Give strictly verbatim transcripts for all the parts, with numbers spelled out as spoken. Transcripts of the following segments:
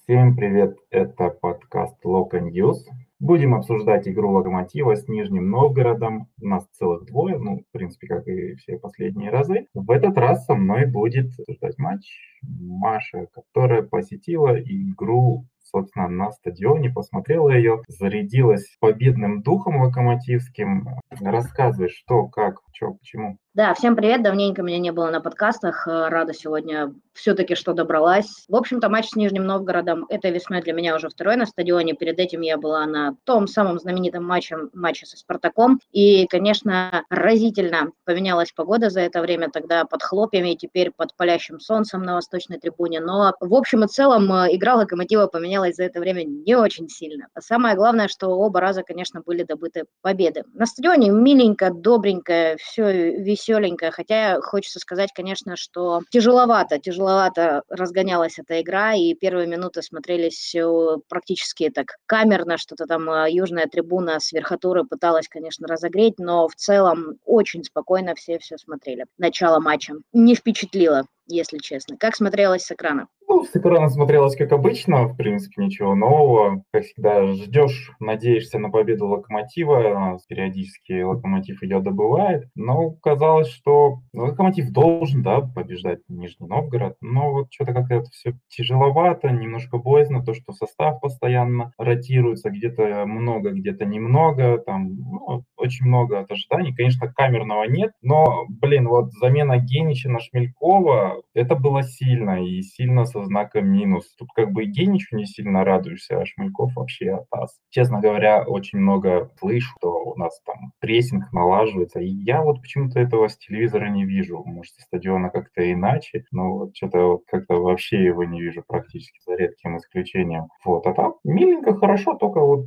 Всем привет, это подкаст Лока Ньюс. Будем обсуждать игру Локомотива с Нижним Новгородом. У нас целых двое, ну, в принципе, как и все последние разы. В этот раз со мной будет обсуждать матч Маша, которая посетила игру, собственно, на стадионе, посмотрела ее, зарядилась победным духом локомотивским. Рассказывай, что, как, что, почему. Да, всем привет, давненько меня не было на подкастах, рада сегодня все-таки, что добралась. В общем-то, матч с Нижним Новгородом этой весной для меня уже второй на стадионе, перед этим я была на том самом знаменитом матче, матче со Спартаком, и, конечно, разительно поменялась погода за это время, тогда под хлопьями, теперь под палящим солнцем на восточной трибуне, но в общем и целом игра Локомотива поменялась за это время не очень сильно. Самое главное, что оба раза, конечно, были добыты победы. На стадионе миленько, добренько, все весело, веселенькая, хотя хочется сказать, конечно, что тяжеловато, тяжеловато разгонялась эта игра, и первые минуты смотрелись практически так камерно, что-то там южная трибуна с верхотуры пыталась, конечно, разогреть, но в целом очень спокойно все все смотрели. Начало матча не впечатлило, если честно. Как смотрелось с экрана? Ну, с экрана смотрелось как обычно, в принципе, ничего нового. Как всегда, ждешь, надеешься на победу Локомотива. Периодически Локомотив ее добывает. Но казалось, что Локомотив должен, да, побеждать Нижний Новгород. Но вот что-то как-то это все тяжеловато, немножко боязно. То, что состав постоянно ротируется, где-то много, где-то немного. Там, ну, очень много от ожиданий. Конечно, камерного нет. Но, блин, вот замена Генича на Шмелькова, это было сильно. И сильно со знаком минус. Тут как бы и Геничу не сильно радуешься, а Шмельков вообще атас. Честно говоря, очень много слышу, что у нас там прессинг налаживается. И я вот почему-то этого с телевизора не вижу. Может, со стадиона как-то иначе, но вот что-то вот как-то вообще его не вижу практически, за редким исключением. Вот, а там миленько, хорошо, только вот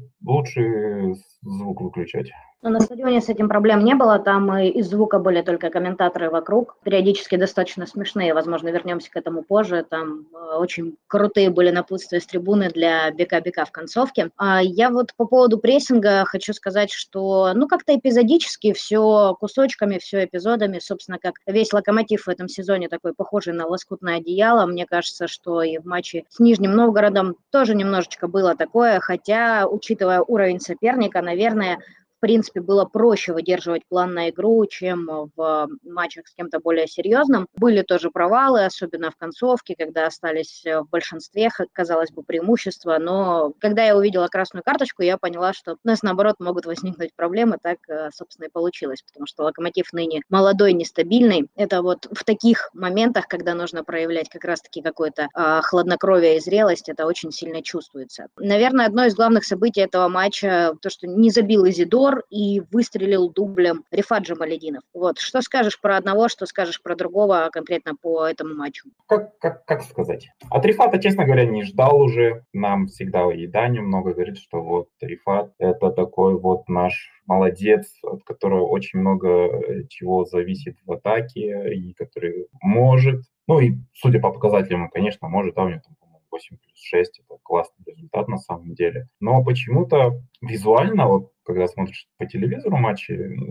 лучше звук выключать. Но на стадионе с этим проблем не было, там и из звука были только комментаторы вокруг, периодически достаточно смешные, возможно, вернемся к этому позже, там очень крутые были напутствия с трибуны для бека-бека в концовке. А я вот по поводу прессинга хочу сказать, что ну как-то эпизодически, все кусочками, все эпизодами, собственно, как весь Локомотив в этом сезоне такой похожий на лоскутное одеяло, мне кажется, что и в матче с Нижним Новгородом тоже немножечко было такое, хотя, учитывая уровень соперника, наверное, в принципе, было проще выдерживать план на игру, чем в матчах с кем-то более серьезным. Были тоже провалы, особенно в концовке, когда остались в большинстве, казалось бы, преимущества. Но когда я увидела красную карточку, я поняла, что у нас, наоборот, могут возникнуть проблемы. Так, собственно, и получилось, потому что Локомотив ныне молодой, нестабильный. Это вот в таких моментах, когда нужно проявлять как раз-таки какое-то а, хладнокровие и зрелость, это очень сильно чувствуется. Наверное, одно из главных событий этого матча, то, что не забил Изидор, и выстрелил дублем Рифат Джамалединов. Вот. Что скажешь про одного, что скажешь про другого конкретно по этому матчу? Как, как, как сказать? От Рифата, честно говоря, не ждал уже. Нам всегда и Даня много говорит, что вот Рифат — это такой вот наш молодец, от которого очень много чего зависит в атаке, и который может, ну и судя по показателям, он, конечно, может, да, у него там восемь плюс шесть, это классный результат на самом деле. Но почему-то визуально, вот когда смотришь по телевизору матчи,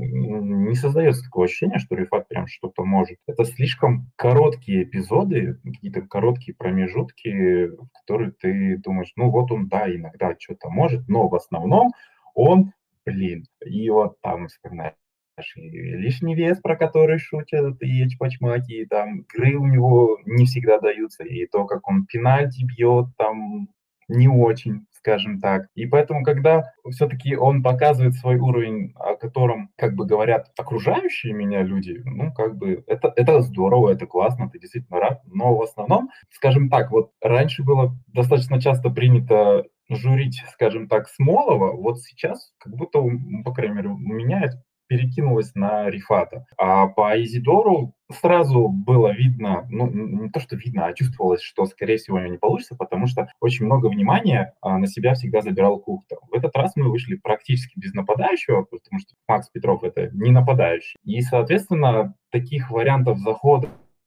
не создается такого ощущения, что Рифат прям что-то может. Это слишком короткие эпизоды, какие-то короткие промежутки, в которые ты думаешь, ну вот он, да, иногда что-то может, но в основном он, блин, и вот там вспоминаешь и лишний вес, про который шутят, и эчпачмаки, и там игры у него не всегда даются, и то, как он пенальти бьет, там не очень, скажем так. И поэтому, когда все-таки он показывает свой уровень, о котором, как бы говорят окружающие меня люди, ну, как бы, это, это здорово, это классно, ты действительно рад, но в основном, скажем так, вот раньше было достаточно часто принято журить, скажем так, Смолова, вот сейчас, как будто, по крайней мере, у меня это перекинулось на Рифата. А по Изидору сразу было видно, ну, не то, что видно, а чувствовалось, что, скорее всего, у него не получится, потому что очень много внимания а, на себя всегда забирал Кухта. В этот раз мы вышли практически без нападающего, потому что Макс Петров — это не нападающий. И, соответственно, таких вариантов захода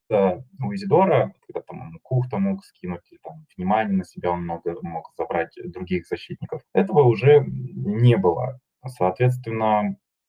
у Изидора, когда там он Кухта мог скинуть, или там внимание на себя он много мог забрать других защитников, этого уже не было. Соответственно,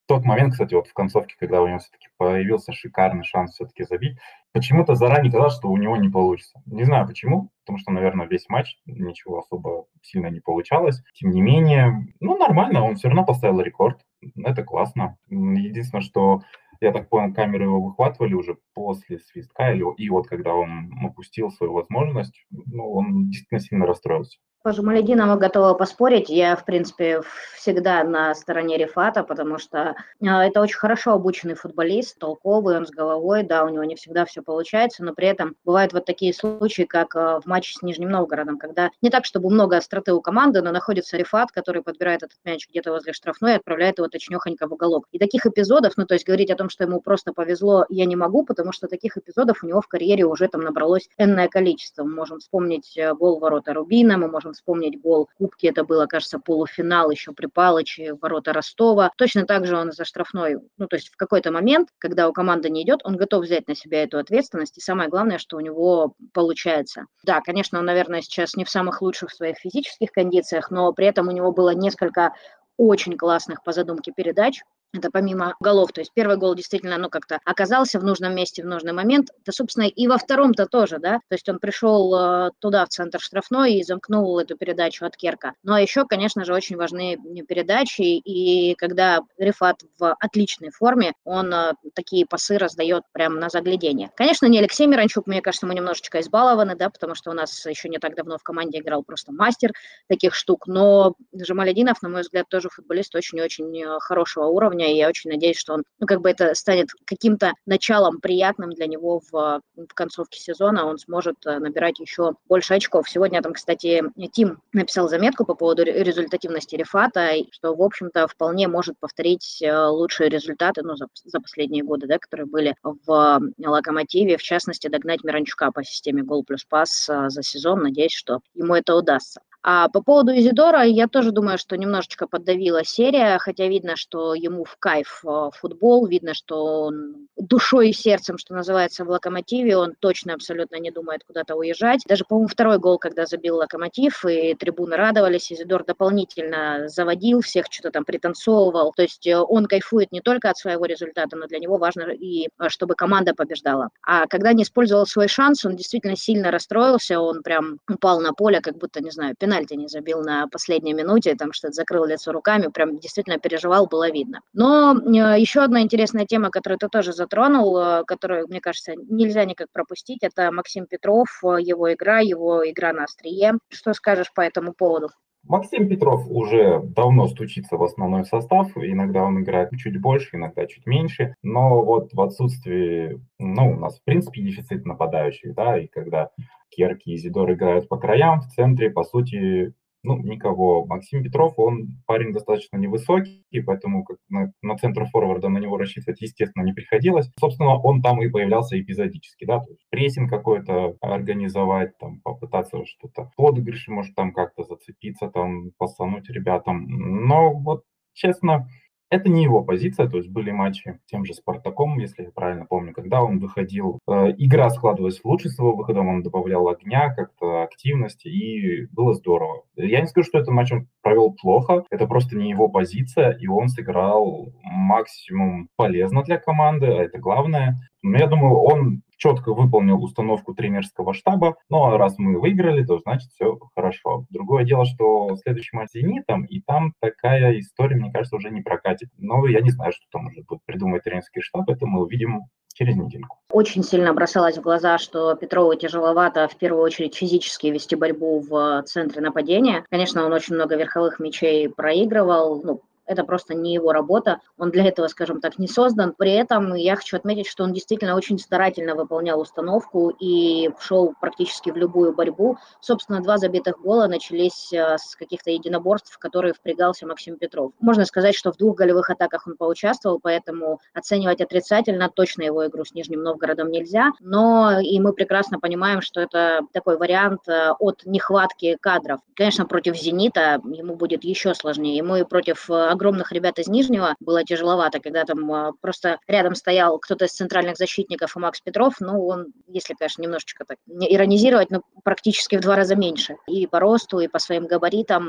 тот момент, кстати, вот в концовке, когда у него все-таки появился шикарный шанс все-таки забить, почему-то заранее казалось, что у него не получится. Не знаю почему, потому что, наверное, весь матч ничего особо сильно не получалось. Тем не менее, ну, нормально, он все равно поставил рекорд. Это классно. Единственное, что, я так понял, камеры его выхватывали уже после свистка, или, и вот когда он упустил свою возможность, ну, он действительно сильно расстроился. По Жумалединову готова поспорить. Я, в принципе, всегда на стороне Рифата, потому что э, это очень хорошо обученный футболист, толковый, он с головой, да, у него не всегда все получается, но при этом бывают вот такие случаи, как э, в матче с Нижним Новгородом, когда не так, чтобы много остроты у команды, но находится Рифат, который подбирает этот мяч где-то возле штрафной и отправляет его точнёхонько в уголок. И таких эпизодов, ну, то есть говорить о том, что ему просто повезло, я не могу, потому что таких эпизодов у него в карьере уже там набралось энное количество. Мы можем вспомнить гол в ворота Рубина, мы можем вспомнить гол в Кубке, это было, кажется, полуфинал еще при Палыче, ворота Ростова. Точно так же он за штрафной, ну, то есть в какой-то момент, когда у команды не идет, он готов взять на себя эту ответственность, и самое главное, что у него получается. Да, конечно, он, наверное, сейчас не в самых лучших своих физических кондициях, но при этом у него было несколько очень классных по задумке передач. Это помимо голов, то есть первый гол действительно, ну, как-то оказался в нужном месте в нужный момент, да, собственно, и во втором-то тоже, да, то есть он пришел э, туда, в центр штрафной, и замкнул эту передачу от Керка. Ну, а еще, конечно же, очень важны передачи, и когда Рифат в отличной форме, он э, такие пасы раздает прямо на заглядение. Конечно, не Алексей Миранчук, мне кажется, мы немножечко избалованы, да, потому что у нас еще не так давно в команде играл просто мастер таких штук, но Жумалединов, на мой взгляд, тоже футболист очень-очень хорошего уровня, и я очень надеюсь, что он, ну, как бы это станет каким-то началом приятным для него в, в концовке сезона, он сможет набирать еще больше очков. Сегодня там, кстати, Тим написал заметку по поводу результативности Рифата, что, в общем-то, вполне может повторить лучшие результаты, ну, за, за последние годы, да, которые были в Локомотиве, в частности, догнать Миранчука по системе гол плюс пас за сезон. Надеюсь, что ему это удастся. А по поводу Изидора, я тоже думаю, что немножечко поддавила серия, хотя видно, что ему в кайф футбол, видно, что он душой и сердцем, что называется, в Локомотиве, он точно абсолютно не думает куда-то уезжать. Даже, по-моему, второй гол, когда забил Локомотив, и трибуны радовались, Изидор дополнительно заводил всех, что-то там пританцовывал. То есть он кайфует не только от своего результата, но для него важно и чтобы команда побеждала. А когда не использовал свой шанс, он действительно сильно расстроился, он прям упал на поле, как будто, не знаю, пенальти не забил на последней минуте, там что-то закрыл лицо руками, прям действительно переживал, было видно. Но э, еще одна интересная тема, которую ты тоже затронул, э, которую, мне кажется, нельзя никак пропустить, это Максим Петров, э, его игра, его игра на острие. Что скажешь по этому поводу? Максим Петров уже давно стучится в основной состав, иногда он играет чуть больше, иногда чуть меньше, но вот в отсутствии, ну, у нас в принципе дефицит нападающих, да, и когда Керки и Изидор играют по краям, в центре, по сути, ну, никого. Максим Петров, он парень достаточно невысокий, поэтому как на, на центр форварда на него рассчитывать, естественно, не приходилось. Собственно, он там и появлялся эпизодически, да, то есть прессинг какой-то организовать, там, попытаться что-то, подыгрыши, может, там как-то зацепиться, там, пасануть ребятам. Но вот, честно, это не его позиция, то есть были матчи тем же Спартаком, если я правильно помню, когда он выходил, э, игра складывалась лучше с его выходом, он добавлял огня, как-то активности, и было здорово. Я не скажу, что этот матч он провел плохо, это просто не его позиция, и он сыграл максимум полезно для команды, а это главное. Но я думаю, он четко выполнил установку тренерского штаба. Ну, а раз мы выиграли, то значит все хорошо. Другое дело, что следующий матч с «Зенитом», и там такая история, мне кажется, уже не прокатит. Но я не знаю, что там уже будет придумать тренерский штаб, это мы увидим через недельку. Очень сильно бросалось в глаза, что Петрову тяжеловато в первую очередь физически вести борьбу в центре нападения. Конечно, он очень много верховых мячей проигрывал, ну, это просто не его работа, он для этого, скажем так, не создан. При этом я хочу отметить, что он действительно очень старательно выполнял установку и шел практически в любую борьбу. Собственно, два забитых гола начались с каких-то единоборств, в которые впрягался Максим Петров. Можно сказать, что в двух голевых атаках он поучаствовал, поэтому оценивать отрицательно точно его игру с Нижним Новгородом нельзя, но и мы прекрасно понимаем, что это такой вариант от нехватки кадров. Конечно, против «Зенита» ему будет еще сложнее, ему и против огромных ребят из Нижнего было тяжеловато, когда там просто рядом стоял кто-то из центральных защитников и Макс Петров, ну, он, если, конечно, немножечко так не иронизировать, но практически в два раза меньше. И по росту, и по своим габаритам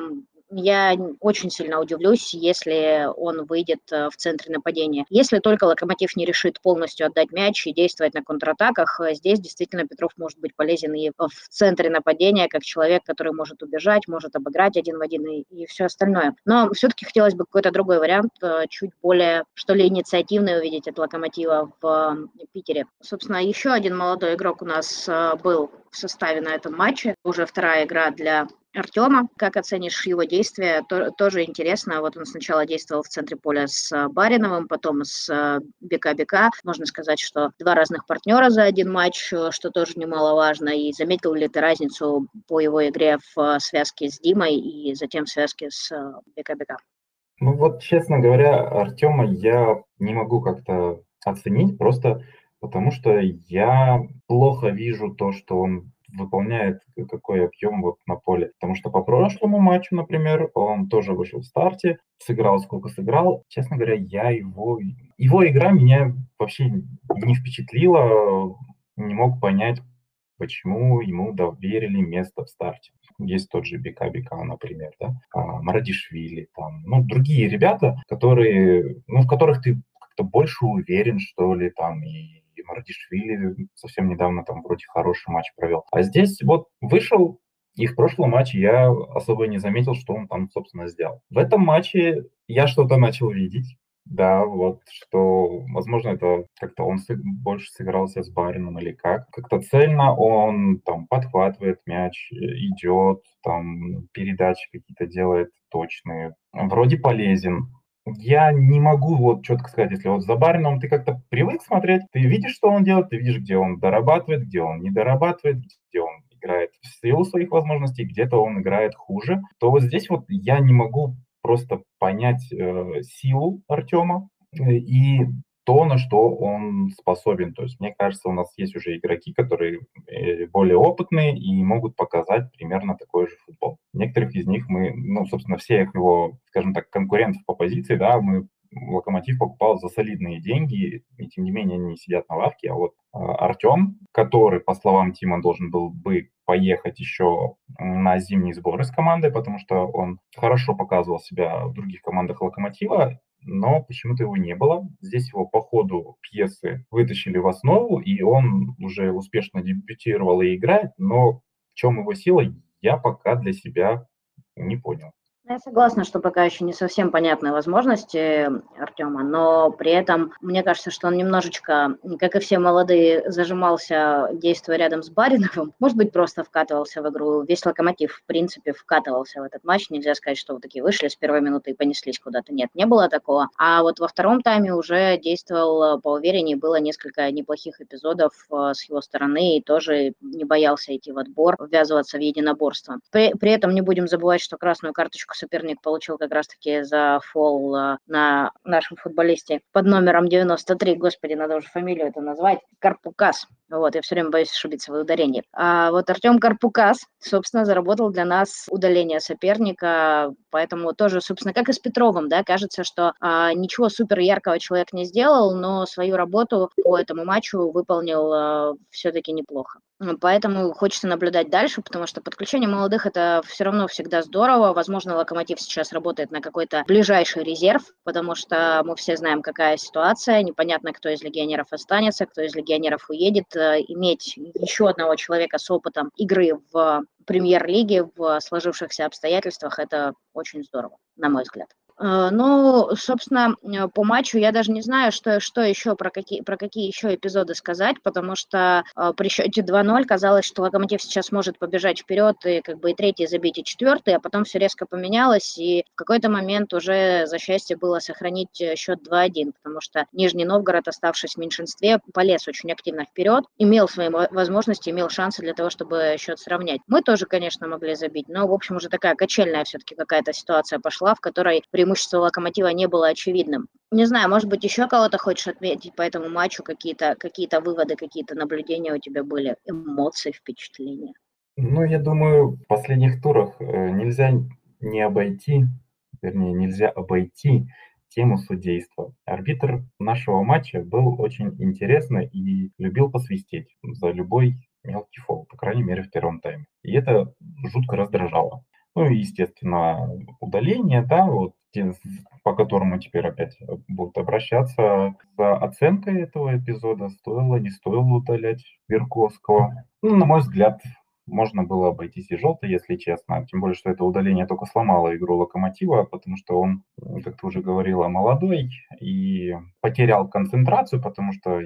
я очень сильно удивлюсь, если он выйдет в центре нападения. Если только Локомотив не решит полностью отдать мяч и действовать на контратаках, здесь действительно Петров может быть полезен и в центре нападения, как человек, который может убежать, может обыграть один в один и, и все остальное. Но все-таки хотелось бы какой-то другой вариант, чуть более, что ли, инициативный увидеть от Локомотива в Питере. Собственно, еще один молодой игрок у нас был в составе на этом матче. Уже вторая игра для Артема. Как оценишь его действия? То, тоже интересно. Вот он сначала действовал в центре поля с Бариновым, потом с Бека-Бека. Можно сказать, что два разных партнера за один матч, что тоже немаловажно. И заметил ли ты разницу по его игре в связке с Димой и затем в связке с Бека-Бека? Ну вот, честно говоря, Артема я не могу как-то оценить, просто потому что я плохо вижу то, что он выполняет, какой объем вот на поле. Потому что по прошлому матчу, например, он тоже вышел в старте, сыграл сколько сыграл. Честно говоря, я его... Его игра меня вообще не впечатлила, не мог понять, почему ему доверили место в старте. Есть тот же Бека Бека, например, да, а, Марадишвили, там, ну, другие ребята, которые, ну, в которых ты как-то больше уверен, что ли, там, и, и Марадишвили совсем недавно там вроде хороший матч провел. А здесь вот вышел, и в прошлом матче я особо не заметил, что он там, собственно, сделал. В этом матче я что-то начал видеть. Да, вот, что, возможно, это как-то он сы- больше сыгрался с Барином или как. Как-то цельно он там подхватывает мяч, э, идет, там передачи какие-то делает точные. Вроде полезен. Я не могу вот четко сказать, если вот за Барином ты как-то привык смотреть, ты видишь, что он делает, ты видишь, где он дорабатывает, где он не дорабатывает, где он играет в силу своих возможностей, где-то он играет хуже, то вот здесь вот я не могу просто понять э, силу Артема э, и то, на что он способен. То есть, мне кажется, у нас есть уже игроки, которые э, более опытные и могут показать примерно такой же футбол. Некоторых из них мы, ну, собственно, всех его, скажем так, конкурентов по позиции, да, мы Локомотив покупал за солидные деньги, и тем не менее они сидят на лавке. А вот э, Артем, который, по словам Тима, должен был бы поехать еще на зимние сборы с командой, потому что он хорошо показывал себя в других командах Локомотива, но почему-то его не было. Здесь его по ходу пьесы вытащили в основу, и он уже успешно дебютировал и играет, но в чем его сила, я пока для себя не понял. Я согласна, что пока еще не совсем понятны возможности Артема, но при этом мне кажется, что он немножечко, как и все молодые, зажимался, действуя рядом с Бариновым. Может быть, просто вкатывался в игру. Весь Локомотив, в принципе, вкатывался в этот матч. Нельзя сказать, что вот такие вышли с первой минуты и понеслись куда-то. Нет, не было такого. А вот во втором тайме уже действовал поувереннее. Было несколько неплохих эпизодов с его стороны и тоже не боялся идти в отбор, ввязываться в единоборство. При, при этом не будем забывать, что красную карточку соперник получил как раз-таки за фол на нашем футболисте под номером девяносто три, господи, надо уже фамилию это назвать, Карпукас. Вот, я все время боюсь ошибиться в ударении. А вот Артем Карпукас, собственно, заработал для нас удаление соперника, поэтому тоже, собственно, как и с Петровым, да, кажется, что а, ничего супер яркого человек не сделал, но свою работу по этому матчу выполнил а, все-таки неплохо. Поэтому хочется наблюдать дальше, потому что подключение молодых – это все равно всегда здорово. Возможно, Локомотив сейчас работает на какой-то ближайший резерв, потому что мы все знаем, какая ситуация. Непонятно, кто из легионеров останется, кто из легионеров уедет. Иметь еще одного человека с опытом игры в премьер-лиге в сложившихся обстоятельствах – это очень здорово, на мой взгляд. Ну, собственно, по матчу я даже не знаю, что, что еще, про какие, про какие еще эпизоды сказать, потому что э, при счете два ноль казалось, что Локомотив сейчас может побежать вперед и как бы и третий забить, и четвертый, а потом все резко поменялось, и в какой-то момент уже за счастье было сохранить счет два один, потому что Нижний Новгород, оставшись в меньшинстве, полез очень активно вперед, имел свои возможности, имел шансы для того, чтобы счет сравнять. Мы тоже, конечно, могли забить, но, в общем, уже такая качельная все-таки какая-то ситуация пошла, в которой при преимущество Локомотива не было очевидным. Не знаю, может быть, еще кого-то хочешь отметить по этому матчу, какие-то какие-то выводы, какие-то наблюдения у тебя были, эмоции, впечатления? Ну, я думаю, в последних турах э, нельзя не обойти, вернее, нельзя обойти тему судейства. Арбитр нашего матча был очень интересный и любил посвистеть за любой мелкий фол, по крайней мере, в первом тайме. И это жутко раздражало. Ну и, естественно, удаление, да, вот, по которому теперь опять будут обращаться за оценкой этого эпизода, стоило, не стоило удалять Верковского. Ну, на мой взгляд, можно было обойтись и желтой, если честно. Тем более, что это удаление только сломало игру Локомотива, потому что он, как ты уже говорила, молодой и потерял концентрацию, потому что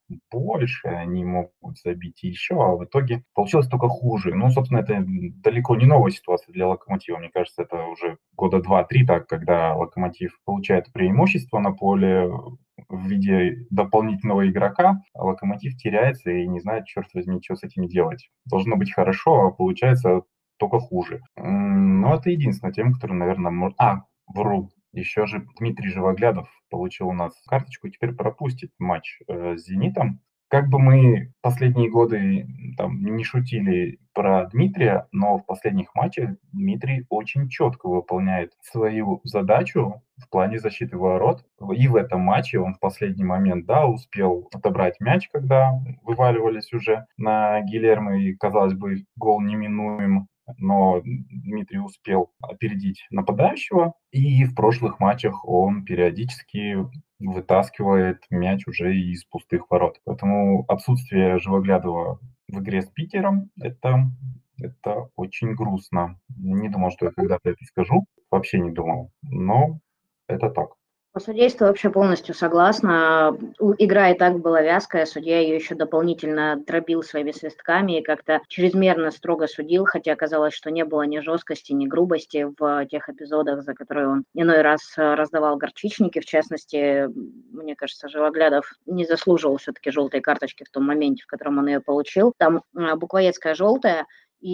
больше они могут забить еще, а в итоге получилось только хуже. Ну, собственно, это далеко не новая ситуация для Локомотива. Мне кажется, это уже года два-три так, когда Локомотив получает преимущество на поле в виде дополнительного игрока, а Локомотив теряется и не знает, черт возьми, что с этим делать. Должно быть хорошо, а получается только хуже. Ну, это единственная тема, которую, наверное, может... А, вру. Еще же Дмитрий Живоглядов получил у нас карточку и теперь пропустит матч э, с «Зенитом». Как бы мы последние годы там не шутили про Дмитрия, но в последних матчах Дмитрий очень четко выполняет свою задачу в плане защиты ворот. И в этом матче он в последний момент, да, успел отобрать мяч, когда вываливались уже на Гильермо, и, казалось бы, гол неминуем. Но Дмитрий успел опередить нападающего, и в прошлых матчах он периодически вытаскивает мяч уже из пустых ворот. Поэтому отсутствие Живоглядова в игре с Питером это, это очень грустно. Не думал, что я когда-то это скажу, вообще не думал, но это так. По судейству вообще полностью согласна. Игра и так была вязкая, судья ее еще дополнительно дробил своими свистками и как-то чрезмерно строго судил, хотя оказалось, что не было ни жесткости, ни грубости в тех эпизодах, за которые он иной раз раздавал горчичники. В частности, мне кажется, Живоглядов не заслуживал все-таки желтой карточки в том моменте, в котором он ее получил. Там буквоедская желтая,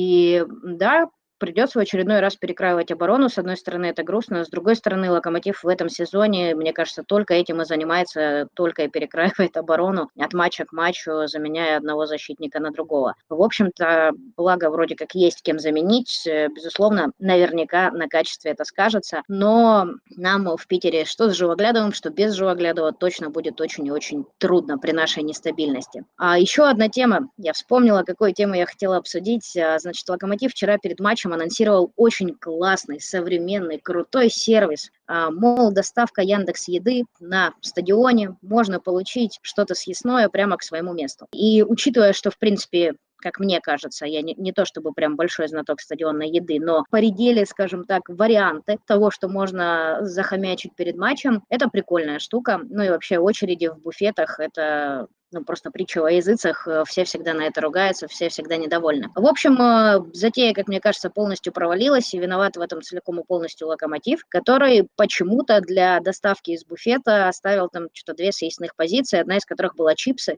и да, придется в очередной раз перекраивать оборону. С одной стороны, это грустно, с другой стороны, Локомотив в этом сезоне, мне кажется, только этим и занимается, только и перекраивает оборону от матча к матчу, заменяя одного защитника на другого. В общем-то, благо вроде как есть кем заменить, безусловно, наверняка на качестве это скажется, но нам в Питере что с Живоглядовым, что без Живоглядова точно будет очень и очень трудно при нашей нестабильности. А еще одна тема, я вспомнила, какую тему я хотела обсудить. Значит, Локомотив вчера перед матчем анонсировал очень классный, современный, крутой сервис. Мол, доставка Яндекс.Еды на стадионе, можно получить что-то съестное прямо к своему месту. И учитывая, что, в принципе, как мне кажется, я не, не то чтобы прям большой знаток стадионной еды, но поредели, скажем так, варианты того, что можно захомячить перед матчем, это прикольная штука. Ну и вообще очереди в буфетах, это... ну, просто притча во языцах, все всегда на это ругаются, все всегда недовольны. В общем, затея, как мне кажется, полностью провалилась, и виноват в этом целиком и полностью Локомотив, который почему-то для доставки из буфета оставил там что-то две съестных позиции, одна из которых была чипсы,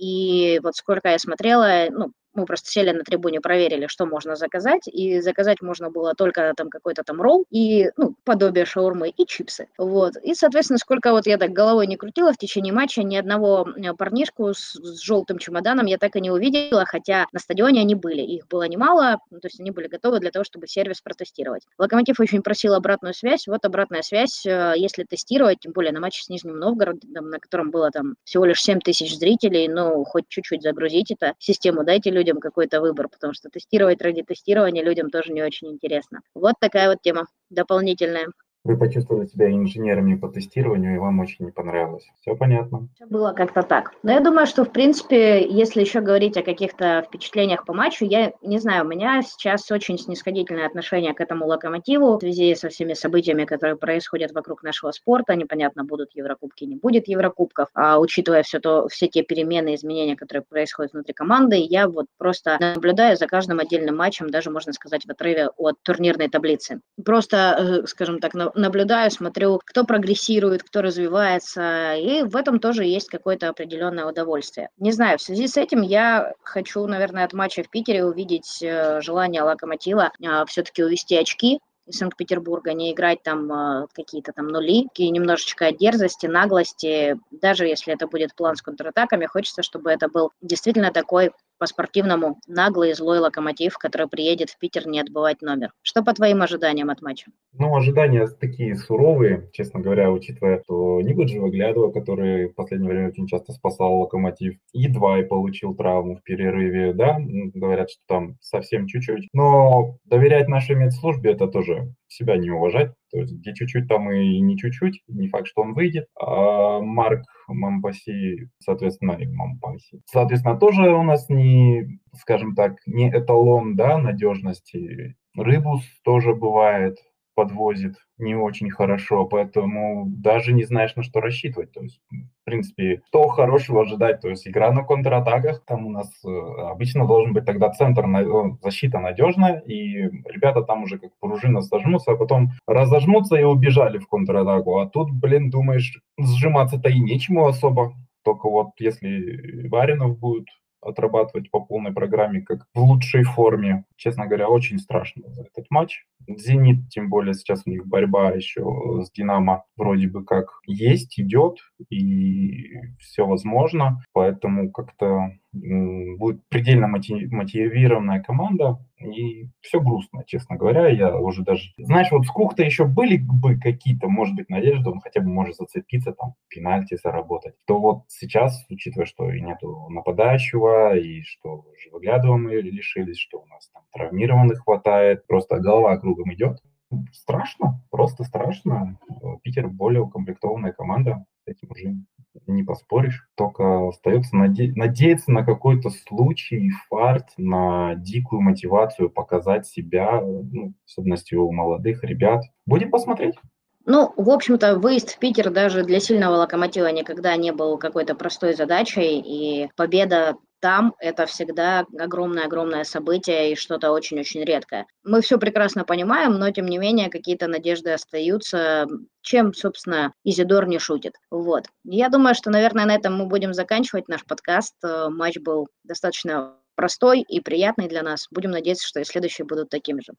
и вот сколько я смотрела, ну, мы просто сели на трибуне, проверили, что можно заказать, и заказать можно было только там какой-то там ролл и, ну, подобие шаурмы и чипсы. Вот. И, соответственно, сколько вот я так головой не крутила в течение матча, ни одного парнишку с, с желтым чемоданом я так и не увидела, хотя на стадионе они были. Их было немало, ну, то есть они были готовы для того, чтобы сервис протестировать. Локомотив очень просил обратную связь. Вот обратная связь, если тестировать, тем более на матче с Нижним Новгородом, на котором было там всего лишь семь тысяч зрителей, ну, хоть чуть-чуть загрузить это систему, дайте людям людям какой-то выбор, потому что тестировать ради тестирования людям тоже не очень интересно. Вот такая вот тема дополнительная. Вы почувствовали себя инженерами по тестированию, и вам очень не понравилось. Все понятно. Все было как-то так. Но я думаю, что, в принципе, если еще говорить о каких-то впечатлениях по матчу, я не знаю, у меня сейчас очень снисходительное отношение к этому Локомотиву в связи со всеми событиями, которые происходят вокруг нашего спорта. Непонятно, будут Еврокубки, не будет Еврокубков. А учитывая все, то, все те перемены, изменения, которые происходят внутри команды, я вот просто наблюдаю за каждым отдельным матчем, даже, можно сказать, в отрыве от турнирной таблицы. Просто, скажем так, наблюдаю, смотрю, кто прогрессирует, кто развивается, и в этом тоже есть какое-то определенное удовольствие. Не знаю, в связи с этим я хочу, наверное, от матча в Питере увидеть желание Локомотива все-таки увести очки из Санкт-Петербурга, не играть там э, какие-то там нули, и немножечко дерзости, наглости, даже если это будет план с контратаками, хочется, чтобы это был действительно такой по-спортивному наглый и злой Локомотив, который приедет в Питер не отбывать номер. Что по твоим ожиданиям от матча? Ну, ожидания такие суровые, честно говоря, учитывая, что не будет Живоглядова, который в последнее время очень часто спасал Локомотив. Едва и получил травму в перерыве, да, говорят, что там совсем чуть-чуть. Но доверять нашей медслужбе — это тоже себя не уважать. То есть где чуть-чуть, там и не чуть-чуть, не факт, что он выйдет. А Марк Монпасси, соответственно, и Монпасси. Соответственно, тоже у нас не, скажем так, не эталон, да, надежности. Рыбус тоже бывает, подвозит не очень хорошо, поэтому даже не знаешь, на что рассчитывать. То есть, в принципе, что хорошего ожидать? То есть игра на контратаках, там у нас э, обычно должен быть тогда центр, на, э, защита надежная, и ребята там уже как пружина сожмутся, а потом разожмутся и убежали в контратаку. А тут, блин, думаешь, сжиматься-то и нечему особо. Только вот если Баринов будет отрабатывать по полной программе, как в лучшей форме. Честно говоря, очень страшно за этот матч. «Зенит», тем более сейчас у них борьба еще с «Динамо» вроде бы как есть, идет, и все возможно. Поэтому как-то м, будет предельно мотив- мотивированная команда, и все грустно, честно говоря. Я уже даже... Знаешь, вот с Кухта еще были бы какие-то, может быть, надежды, он хотя бы может зацепиться, там, пенальти заработать. То вот сейчас, учитывая, что и нету нападающего, и что уже выглядываем лишились, что у нас там травмированных хватает, просто голова кругом идет. Страшно, просто страшно. Питер более укомплектованная команда, с этим уже не поспоришь. Только остается наде- надеяться на какой-то случай, фарт, на дикую мотивацию показать себя, ну, в особенности у молодых ребят. Будем посмотреть. Ну, в общем-то, выезд в Питер даже для сильного «Локомотива» никогда не был какой-то простой задачей, и победа там – это всегда огромное-огромное событие и что-то очень-очень редкое. Мы все прекрасно понимаем, но, тем не менее, какие-то надежды остаются, чем, собственно, Изидор не шутит. Вот. Я думаю, что, наверное, на этом мы будем заканчивать наш подкаст. Э, Матч был достаточно простой и приятный для нас. Будем надеяться, что и следующие будут такими же.